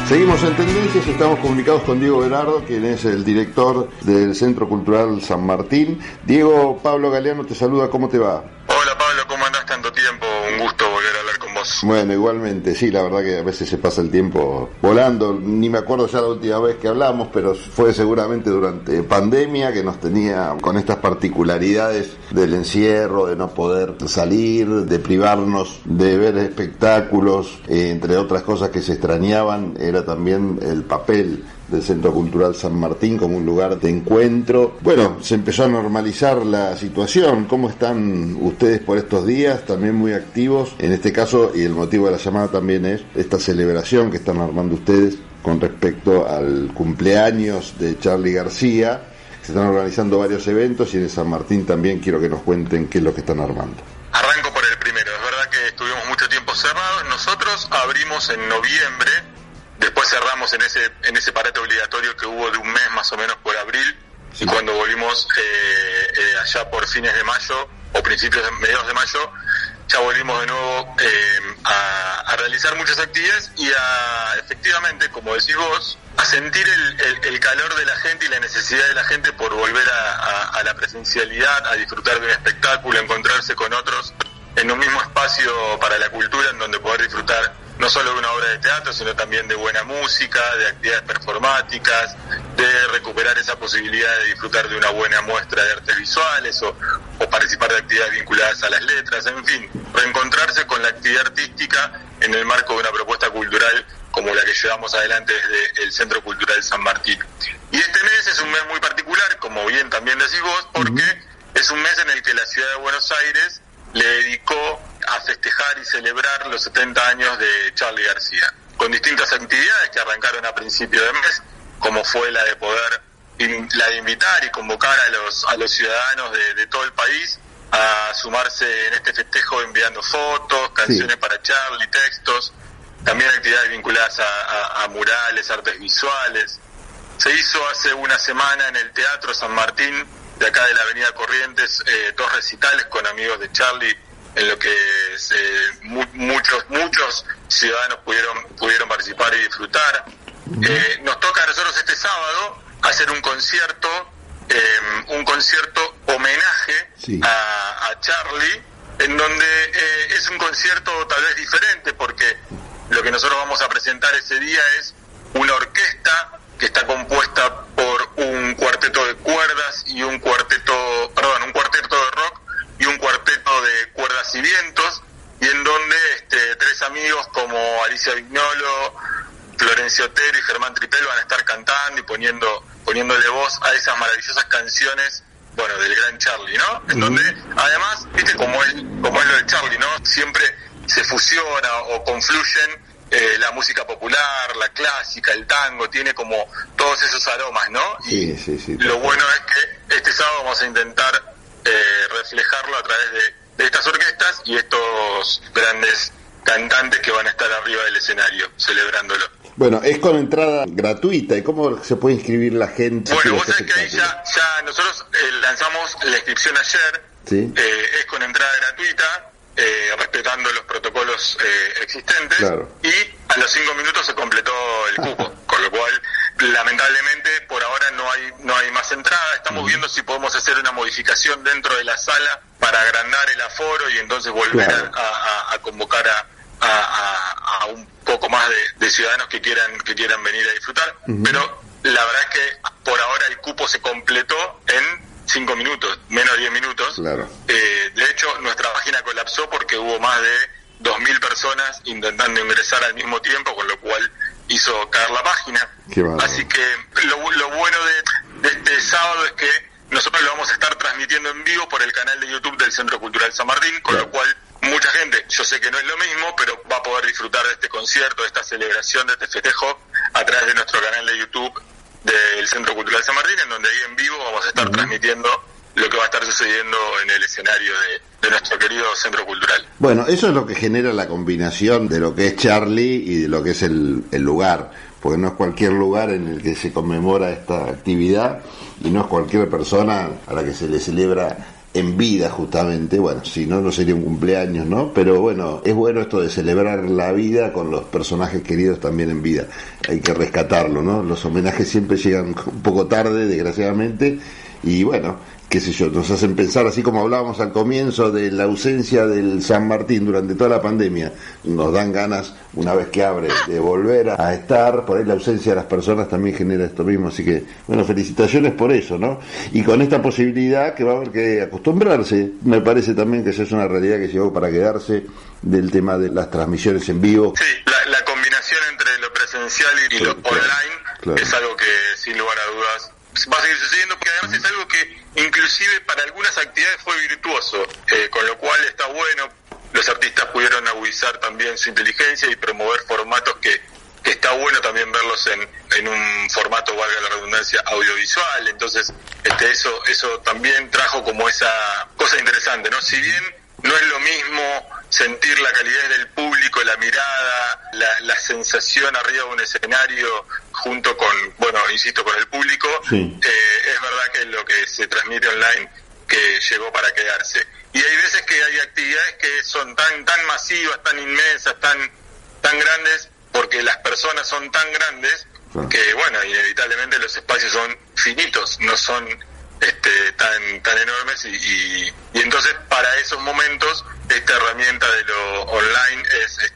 Seguimos en Tendencias, estamos comunicados con Diego Berardo, quien es el director del Centro Cultural San Martín. Diego, Pablo Galeano te saluda, ¿cómo te va? Hola Pablo, ¿cómo andás? Tanto tiempo, un gusto volver a hablar con vos. Bueno, igualmente, sí, la verdad que a veces se pasa el tiempo volando, ni me acuerdo ya la última vez que hablamos, pero fue seguramente durante pandemia que nos tenía con estas particularidades del encierro, de no poder salir, de privarnos de ver espectáculos, entre otras cosas que se extrañaban, era también el papel del Centro Cultural San Martín como un lugar de encuentro. Bueno, se empezó a normalizar la situación. ¿Cómo están ustedes por estos días? También muy activos. En este caso, y el motivo de la llamada también es esta celebración que están armando ustedes con respecto al cumpleaños de Charly García. Se están organizando varios eventos y en San Martín también quiero que nos cuenten qué es lo que están armando. Arranco por el primero. Es verdad que estuvimos mucho tiempo cerrados. Nosotros abrimos en noviembre. Después cerramos en ese parate obligatorio que hubo de un mes más o menos por abril, y cuando volvimos allá por fines de mayo o mediados de mayo, ya volvimos de nuevo a realizar muchas actividades y efectivamente, como decís vos, a sentir el calor de la gente y la necesidad de la gente por volver a la presencialidad, a disfrutar de un espectáculo, a encontrarse con otros en un mismo espacio para la cultura, en donde poder disfrutar no solo de una obra de teatro, sino también de buena música, de actividades performáticas, de recuperar esa posibilidad de disfrutar de una buena muestra de artes visuales o participar de actividades vinculadas a las letras, en fin, reencontrarse con la actividad artística en el marco de una propuesta cultural como la que llevamos adelante desde el Centro Cultural San Martín. Y este mes es un mes muy particular, como bien también decís vos, porque es un mes en el que la ciudad de Buenos Aires le dedicó a festejar y celebrar los 70 años de Charly García, con distintas actividades que arrancaron a principio de mes, como fue la de invitar y convocar a los ciudadanos de todo el país a sumarse en este festejo enviando fotos, canciones para Charly, textos, también actividades vinculadas a murales, artes visuales. Se hizo hace una semana en el Teatro San Martín, de acá de la Avenida Corrientes, 2 recitales con amigos de Charly, en lo que muchos ciudadanos pudieron participar y disfrutar. Nos toca a nosotros este sábado hacer un concierto homenaje a Charly, en donde es un concierto tal vez diferente, porque lo que nosotros vamos a presentar ese día es una orquesta que está compuesta por un cuarteto de cuerdas y un cuarteto de rock y un cuarteto de cuerdas y vientos, y en donde 3 amigos como Alicia Vignolo, Florencia Otero y Germán Tripel van a estar cantando y poniéndole voz a esas maravillosas canciones, bueno, del gran Charly, ¿no? En donde, además, viste como es lo de Charly, ¿no? Siempre se fusiona o confluyen la música popular, la clásica, el tango, tiene como todos esos aromas, ¿no? Sí. Lo bueno es que este sábado vamos a intentar reflejarlo a través de estas orquestas y estos grandes cantantes que van a estar arriba del escenario celebrándolo. Bueno, es con entrada gratuita. ¿Y cómo se puede inscribir la gente? Bueno, vos sabés que ahí ya nosotros lanzamos la inscripción ayer. ¿Sí? Es con entrada gratuita, respetando los protocolos existentes. Claro. Y a los 5 minutos se completó el cupo, con lo cual lamentablemente por ahora no hay más entrada. Estamos viendo si podemos hacer una modificación dentro de la sala para agrandar el aforo y entonces volver a convocar a un poco más de ciudadanos que quieran venir a disfrutar. Pero la verdad es que por ahora el cupo se completó en 5 minutos, menos 10 minutos. Claro. De hecho, nuestra página colapsó porque hubo más de 2.000 personas intentando ingresar al mismo tiempo, con lo cual hizo caer la página. Así que lo bueno de este sábado es que nosotros lo vamos a estar transmitiendo en vivo por el canal de YouTube del Centro Cultural San Martín, con lo cual mucha gente, yo sé que no es lo mismo, pero va a poder disfrutar de este concierto, de esta celebración, de este festejo a través de nuestro canal de YouTube del Centro Cultural San Martín, en donde ahí en vivo vamos a estar transmitiendo lo que va a estar sucediendo en el escenario de nuestro querido Centro Cultural. Bueno, eso es lo que genera la combinación de lo que es Charly y de lo que es el lugar, porque no es cualquier lugar en el que se conmemora esta actividad y no es cualquier persona a la que se le celebra en vida justamente, bueno, si no, no sería un cumpleaños, ¿no? Pero bueno, es bueno esto de celebrar la vida con los personajes queridos también en vida, hay que rescatarlo, ¿no? Los homenajes siempre llegan un poco tarde, desgraciadamente, y bueno, qué sé yo, nos hacen pensar, así como hablábamos al comienzo de la ausencia del San Martín durante toda la pandemia, nos dan ganas, una vez que abre, de volver a estar. Por ahí la ausencia de las personas también genera esto mismo, así que, bueno, felicitaciones por eso, ¿no? Y con esta posibilidad que va a haber que acostumbrarse, me parece también que esa es una realidad que llegó para quedarse, del tema de las transmisiones en vivo. Sí, la combinación entre lo presencial y lo online es algo que, sin lugar a dudas, va a seguir sucediendo, porque además es algo que inclusive para algunas actividades fue virtuoso, con lo cual está bueno. Los artistas pudieron agudizar también su inteligencia y promover formatos que está bueno también verlos en un formato, valga la redundancia, audiovisual. Entonces eso también trajo como esa cosa interesante, ¿no? Si bien no es lo mismo sentir la calidez del público, la mirada, la sensación arriba de un escenario junto con, bueno, insisto, con el público, sí. Es verdad que lo que se transmite online que llegó para quedarse. Y hay veces que hay actividades que son tan masivas, tan inmensas, tan grandes, porque las personas son tan grandes que, bueno, inevitablemente los espacios son finitos, no son tan enormes y entonces para esos momentos esta herramienta de lo online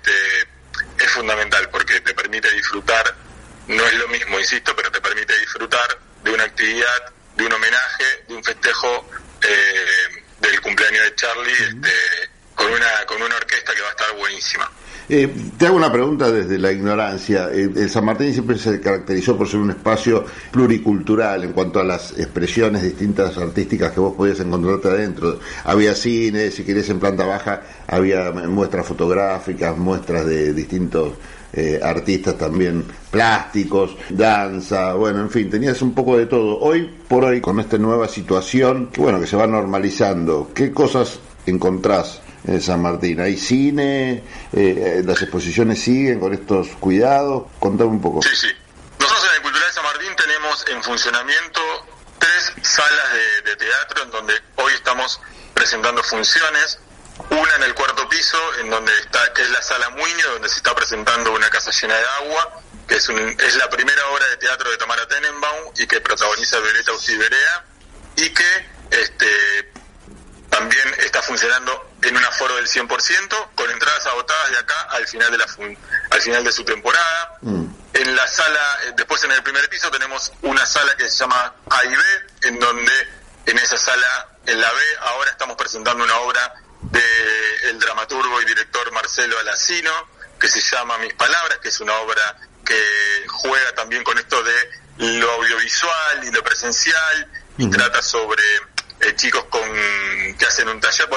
es fundamental, porque te permite disfrutar, no es lo mismo, insisto, pero te permite disfrutar de una actividad, de un homenaje, de un festejo del cumpleaños de Charlie, con una orquesta que va a estar buenísima. Te hago una pregunta desde la ignorancia. El San Martín siempre se caracterizó por ser un espacio pluricultural en cuanto a las expresiones distintas artísticas que vos podías encontrarte adentro. Había cine, si querés en planta baja, había muestras fotográficas, muestras de distintos artistas también, plásticos, danza, bueno, en fin, tenías un poco de todo. Hoy por hoy, con esta nueva situación, que se va normalizando, ¿qué cosas encontrás en San Martín? ¿Hay cine? ¿Las exposiciones siguen con estos cuidados? Contame un poco. Sí. Nosotros en el Cultural de San Martín tenemos en funcionamiento 3 salas de teatro en donde hoy estamos presentando funciones. Una en el 4º piso, en donde que es la Sala Muño, donde se está presentando Una casa llena de agua, que es la primera obra de teatro de Tamara Tenenbaum y que protagoniza Violeta Ustiberea, y que también está funcionando en un aforo del 100%, con entradas agotadas de acá al final de su temporada. En la sala, después en el primer piso tenemos una sala que se llama A y B, en donde en esa sala, en la B, ahora estamos presentando una obra del dramaturgo y director Marcelo Alacino, que se llama Mis Palabras, que es una obra que juega también con esto de lo audiovisual y lo presencial, y trata sobre chicos que hacen un taller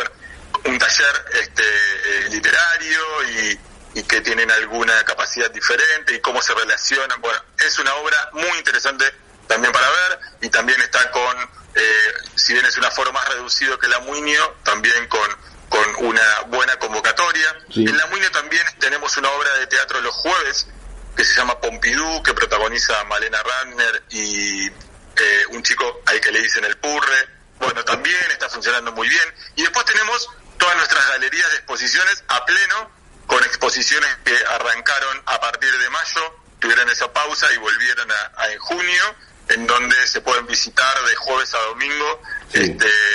literario y que tienen alguna capacidad diferente y cómo se relacionan. Bueno, es una obra muy interesante también para ver, y también está si bien es un aforo más reducido que la Muño, también con una buena convocatoria. Sí. En la Muño también tenemos una obra de teatro los jueves que se llama Pompidou, que protagoniza Malena Randner y un chico al que le dicen el Purre. Bueno, también está funcionando muy bien. Y después tenemos todas nuestras galerías de exposiciones a pleno, con exposiciones que arrancaron a partir de mayo, tuvieron esa pausa y volvieron en junio, en donde se pueden visitar de jueves a domingo, sí.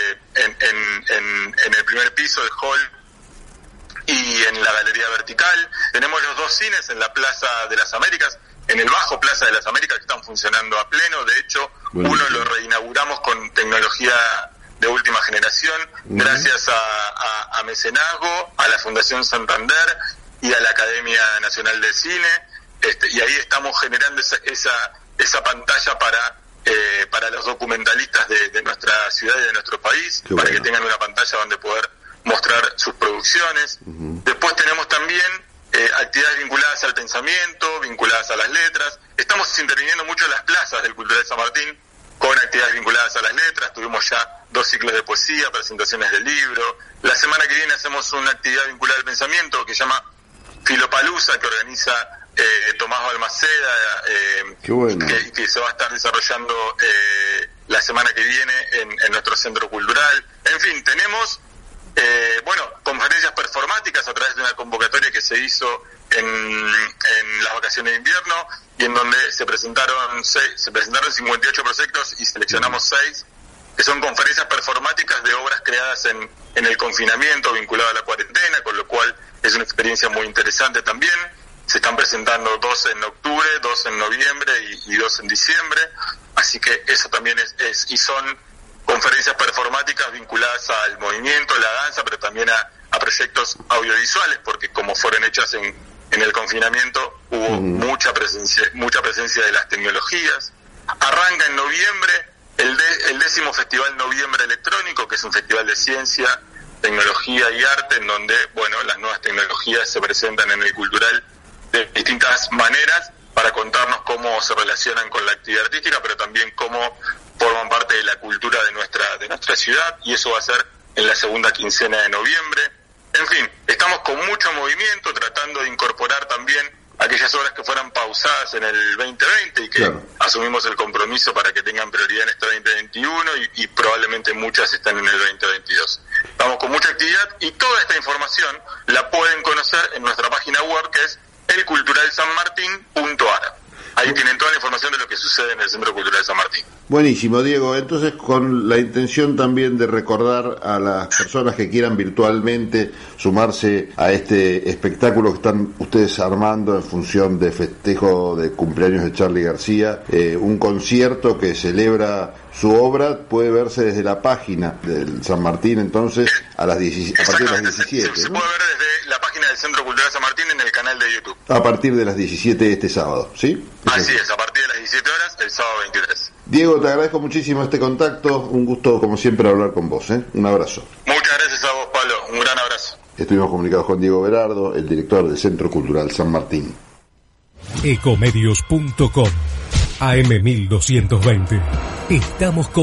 En el primer piso del hall y en la galería vertical. Tenemos los 2 cines en la Plaza de las Américas, en el Bajo Plaza de las Américas, que están funcionando a pleno. De hecho, uno lo reinauguramos con tecnología de última generación, gracias a mecenazgo, a la Fundación Santander y a la Academia Nacional de Cine, y ahí estamos generando esa pantalla para los documentalistas de nuestra ciudad y de nuestro país, para que tengan una pantalla donde poder mostrar sus producciones. Después tenemos también actividades vinculadas al pensamiento, vinculadas a las letras. Estamos interviniendo mucho en las plazas del Cultural de San Martín con actividades vinculadas a las letras. Tuvimos ya 2 ciclos de poesía, presentaciones del libro. La semana que viene hacemos una actividad vinculada al pensamiento que se llama Filopalusa, que organiza Tomás Balmaceda, que se va a estar desarrollando la semana que viene en nuestro centro cultural. En En fin, tenemos conferencias performáticas a través de una convocatoria que se hizo en las vacaciones de invierno, y en donde se presentaron 58 proyectos y seleccionamos 6, que son conferencias performáticas de obras creadas en el confinamiento vinculado a la cuarentena, con lo cual es una experiencia muy interesante también. Se están presentando 2 en octubre, 2 en noviembre y 2 en diciembre, así que eso también y son conferencias performáticas vinculadas al movimiento, la danza, pero también a proyectos audiovisuales, porque como fueron hechas en el confinamiento, hubo mucha presencia de las tecnologías. Arranca en noviembre el 10º Festival Noviembre Electrónico, que es un festival de ciencia, tecnología y arte, en donde, las nuevas tecnologías se presentan en el cultural de distintas maneras para contarnos cómo se relacionan con la actividad artística, pero también cómo forman parte de la cultura de nuestra ciudad, y eso va a ser en la segunda quincena de noviembre. En fin, estamos con mucho movimiento, tratando de incorporar también aquellas obras que fueran pausadas en el 2020 y que asumimos el compromiso para que tengan prioridad en este 2021 y probablemente muchas están en el 2022. Estamos con mucha actividad y toda esta información la pueden conocer en nuestra página web, que es elculturalsanmartin.ar. Ahí tienen toda la información de lo que sucede en el Centro Cultural San Martín. Buenísimo, Diego. Entonces, con la intención también de recordar a las personas que quieran virtualmente sumarse a este espectáculo que están ustedes armando en función de festejo de cumpleaños de Charly García, un concierto que celebra su obra, puede verse desde la página del San Martín, entonces, a partir de las 17. Se puede ver desde la página del Centro Cultural San Martín en el canal de YouTube. A partir de las 17 este sábado, ¿sí? Así es, a partir de las 17 horas, el sábado 23. Diego, te agradezco muchísimo este contacto, un gusto como siempre hablar con vos, un abrazo. Muchas gracias a vos, Pablo, un gran abrazo. Estuvimos comunicados con Diego Berardo, el director del Centro Cultural San Martín. Ecomedios.com AM1220. Estamos con